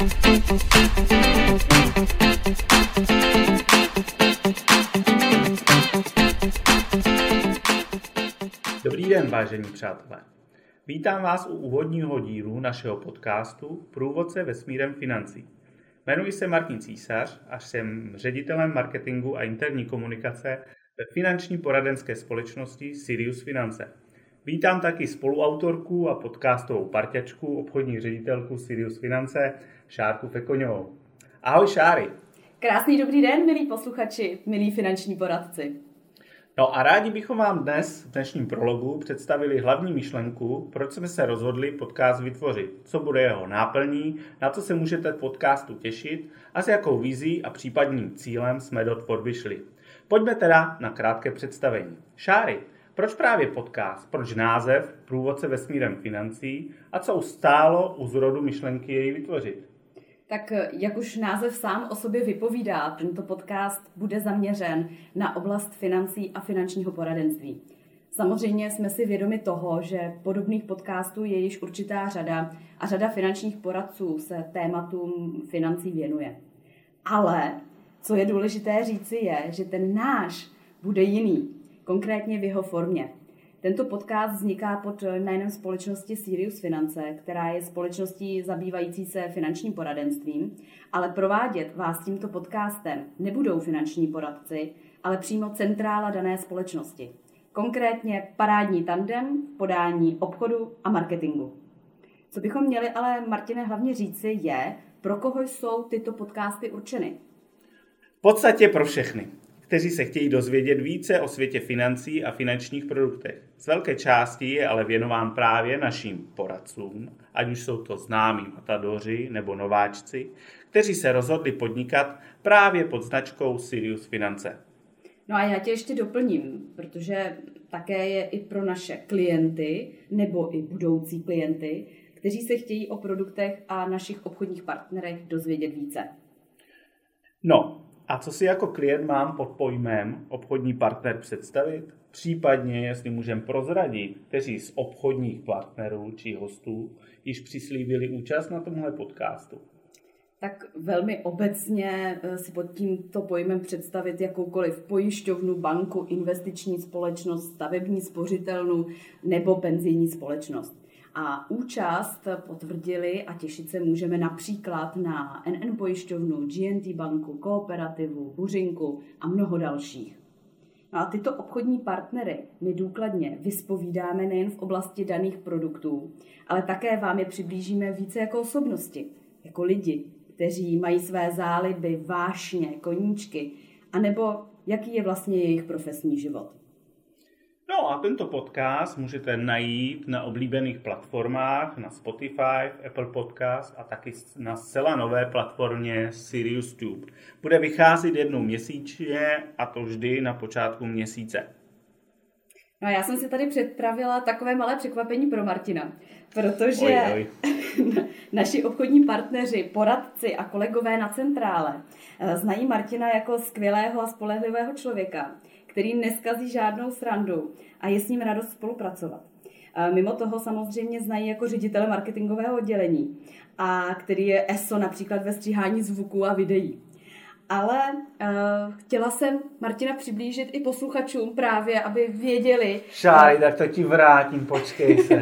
Dobrý den, vážení přátelé. Vítám vás u úvodního dílu našeho podcastu Průvodce vesmírem financí. Jmenuji se Martin Císař a jsem ředitelem marketingu a interní komunikace ve finanční poradenské společnosti Sirius Finance. Vítám taky spoluautorku a podcastovou parťačku, obchodní ředitelku Sirius Finance, Šárku Fekoňovou. Ahoj Šáry. Krásný dobrý den, milí posluchači, milí finanční poradci. No a rádi bychom vám dnes v dnešním prologu představili hlavní myšlenku, proč jsme se rozhodli podcast vytvořit, co bude jeho náplní, na co se můžete v podcastu těšit a s jakou vizí a případným cílem jsme do tvorby šli. Pojďme teda na krátké představení. Šáry, proč právě podcast, proč název Průvodce vesmírem financí a co stálo u zrodu myšlenky jej vytvořit? Tak jak už název sám o sobě vypovídá, tento podcast bude zaměřen na oblast financí a finančního poradenství. Samozřejmě jsme si vědomi toho, že podobných podcastů je již určitá řada a řada finančních poradců se tématům financí věnuje. Ale co je důležité říci je, že ten náš bude jiný, konkrétně v jeho formě. Tento podcast vzniká pod jménem společnosti Sirius Finance, která je společností zabývající se finančním poradenstvím, ale provádět vás tímto podcastem nebudou finanční poradci, ale přímo centrála dané společnosti. Konkrétně parádní tandem v podání obchodu a marketingu. Co bychom měli ale, Martine, hlavně říci je, pro koho jsou tyto podcasty určeny? V podstatě pro všechny, kteří se chtějí dozvědět více o světě financí a finančních produktech. Z velké části je ale věnován právě našim poradcům, ať už jsou to známí matadoři nebo nováčci, kteří se rozhodli podnikat právě pod značkou Sirius Finance. No a já tě ještě doplním, protože také je i pro naše klienty nebo i budoucí klienty, kteří se chtějí o produktech a našich obchodních partnerech dozvědět více. No, a co si jako klient mám pod pojmem obchodní partner představit? Případně, jestli můžeme prozradit, kteří z obchodních partnerů či hostů již přislíbili účast na tomhle podcastu. Tak velmi obecně si pod tímto pojmem představit jakoukoliv pojišťovnu, banku, investiční společnost, stavební spořitelnu nebo penzijní společnost. A účast potvrdili a těšit se můžeme například na NN pojišťovnu, G&T banku, Kooperativu, Buřinku a mnoho dalších. No a tyto obchodní partnery my důkladně vyspovídáme nejen v oblasti daných produktů, ale také vám je přiblížíme více jako osobnosti, jako lidi, kteří mají své záliby, vášně, koníčky, anebo jaký je vlastně jejich profesní život. No a tento podcast můžete najít na oblíbených platformách, na Spotify, Apple Podcast a taky na zcela nové platformě Sirius Tube. Bude vycházet jednou měsíčně a to vždy na počátku měsíce. No já jsem si tady připravila takové malé překvapení pro Martina, protože naši obchodní partneři, poradci a kolegové na centrále znají Martina jako skvělého a spolehlivého člověka, který neskazí žádnou srandu a je s ním radost spolupracovat. Mimo toho samozřejmě znají jako ředitele marketingového oddělení, a který je ESO například ve stříhání zvuků a videí. Ale chtěla jsem Martina přiblížit i posluchačům právě, aby věděli... Šáry, tak to ti vrátím, počkej se.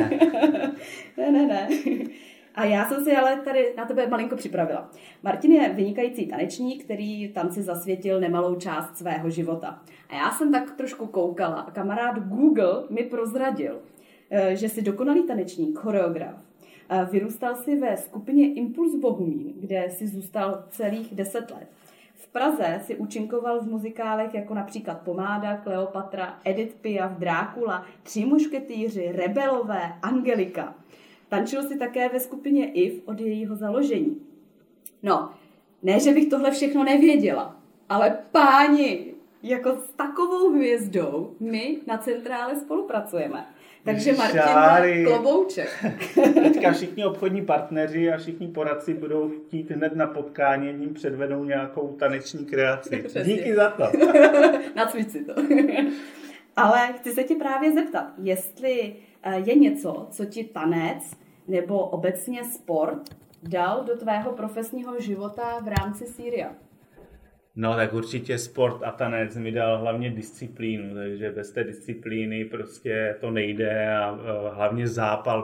Ne. A já jsem si ale tady na tebe malinko připravila. Martin je vynikající tanečník, který tanci zasvětil nemalou část svého života. A já jsem tak trošku koukala a kamarád Google mi prozradil, že jsi dokonalý tanečník, choreograf. Vyrůstal si ve skupině Impuls Bohumín, kde si zůstal celých 10 let. V Praze si účinkoval v muzikálech jako například Pomáda, Kleopatra, Edith Piaf, Drákula, Tři mušketýři, Rebelové, Angelika. Tančil si také ve skupině IF od jejího založení. No, ne, že bych tohle všechno nevěděla, ale páni, jako s takovou hvězdou my na centrále spolupracujeme. Takže Martin, klobouček. Teďka všichni obchodní partneři a všichni poradci budou chtít hned na potkání, jim předvedou nějakou taneční kreaci. Díky za to. Nacvič si to. Ale chci se tě právě zeptat, jestli je něco, co ti tanec nebo obecně sport dal do tvého profesního života v rámci Syria? No tak určitě sport a tanec mi dal hlavně disciplínu, takže bez té disciplíny prostě to nejde a hlavně zápal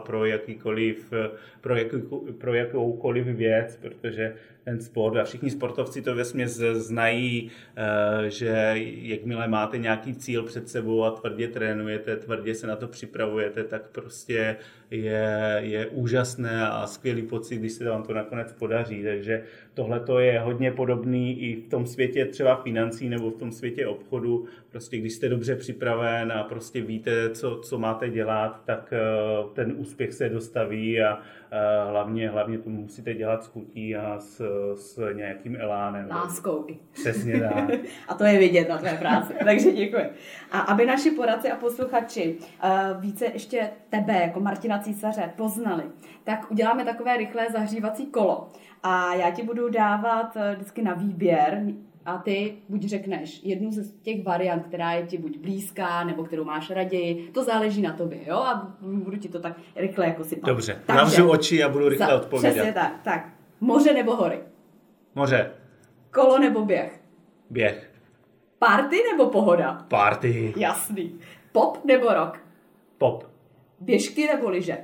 pro jakoukoliv věc, protože ten sport a všichni sportovci to vesměs znají, že jakmile máte nějaký cíl před sebou a tvrdě trénujete, tvrdě se na to připravujete, tak prostě je úžasné a skvělý pocit, když se vám to nakonec podaří. Takže tohle je hodně podobný i v tom světě třeba financí nebo v tom světě obchodu. Prostě když jste dobře připraven a prostě víte, co máte dělat, tak ten úspěch se dostaví a hlavně to musíte dělat s chutí a s nějakým elánem. Láskou. Přesně tak. A to je vidět na tvé práci, takže děkuji. A aby naši poradci a posluchači více ještě tebe jako Martina Císaře poznali, tak uděláme takové rychlé zahřívací kolo. A já ti budu dávat vždycky na výběr a ty buď řekneš jednu ze těch variant, která je ti buď blízká, nebo kterou máš raději. To záleží na tobě, jo? A budu ti to tak rychle jako sypat. Dobře, zavřu oči a budu rychle odpovídat. Přesně tak. Tak, moře nebo hory? Moře. Kolo nebo běh? Běh. Party nebo pohoda? Party. Jasný. Pop nebo rock? Pop. Běžky nebo lyže?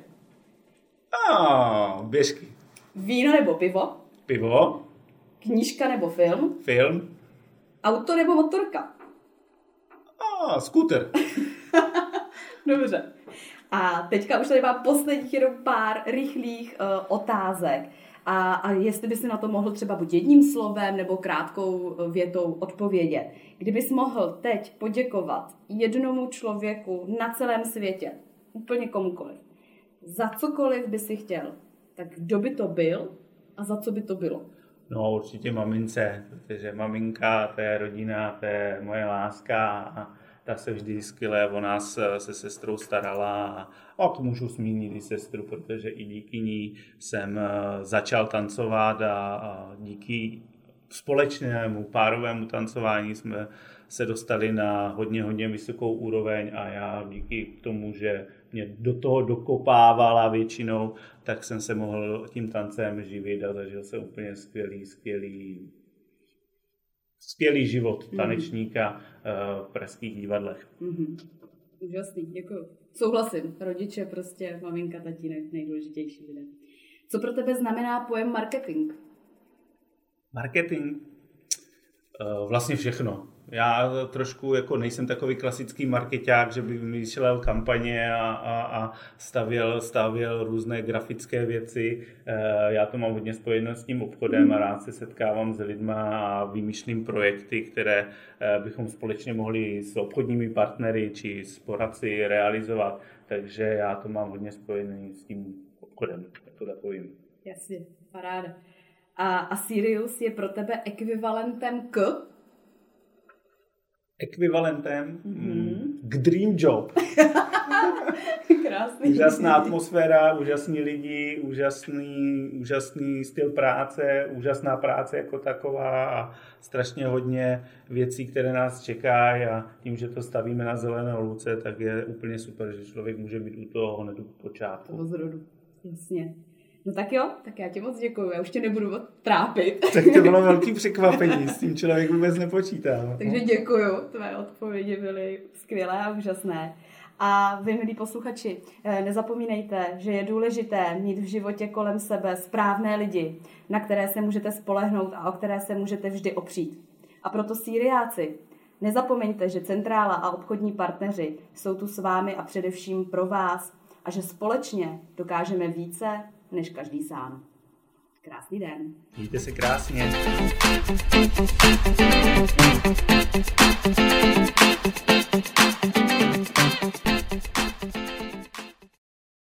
Běžky. Víno nebo pivo? Pivo. Knížka nebo film? Film. Auto nebo motorka? Skuter. Dobře. A teďka už tady mám posledních jenom pár rychlých otázek. A jestli bys na to mohl třeba buď jedním slovem nebo krátkou větou odpovědět. Kdybys mohl teď poděkovat jednomu člověku na celém světě, úplně komukoliv, za cokoliv by si chtěl, tak kdo by to byl a za co by to bylo? No určitě mamince, protože maminka, to je rodina, to je moje láska a ta se vždy skvěle o nás se sestrou starala a to můžu zmínit i sestru, protože i díky ní jsem začal tancovat a díky společnému párovému tancování jsme se dostali na hodně vysokou úroveň a já díky tomu, že mě do toho dokopávala většinou, tak jsem se mohl tím tancem živit a zažil jsem úplně skvělý život tanečníka v pražských divadlech. Úžasný, děkuji. Souhlasím, rodiče prostě, maminka, tatínek, nejdůležitější lidé. Co pro tebe znamená pojem marketing? Marketing? Vlastně všechno. Já trošku jako nejsem takový klasický markeťák, že bych vymýšlel kampaně a stavěl různé grafické věci. Já to mám hodně spojeno s tím obchodem a rád se setkávám s lidma a vymýšlím projekty, které bychom společně mohli s obchodními partnery či s poradci realizovat. Takže já to mám hodně spojený s tím obchodem jako takovým. Jasně, paráda. A Sirius je pro tebe ekvivalentem k? Ekvivalentem k dream job. Krásný. Úžasná atmosféra, úžasní lidi, úžasný styl práce, úžasná práce jako taková a strašně hodně věcí, které nás čekají a tím, že to stavíme na zelené louce, tak je úplně super, že člověk může být u toho hned od počátku. Od zrodu, jasně. No tak jo, tak já ti moc děkuju, já už tě nebudu trápit. Tak to bylo velký překvapení, s tím člověk vůbec nepočítá. Takže děkuju, tvé odpovědi byly skvělé a úžasné. A vy, milí posluchači, nezapomínejte, že je důležité mít v životě kolem sebe správné lidi, na které se můžete spolehnout a o které se můžete vždy opřít. A proto Syriáci, nezapomeňte, že centrála a obchodní partneři jsou tu s vámi a především pro vás a že společně dokážeme více než každý sám. Krásný den. Mějte se krásně.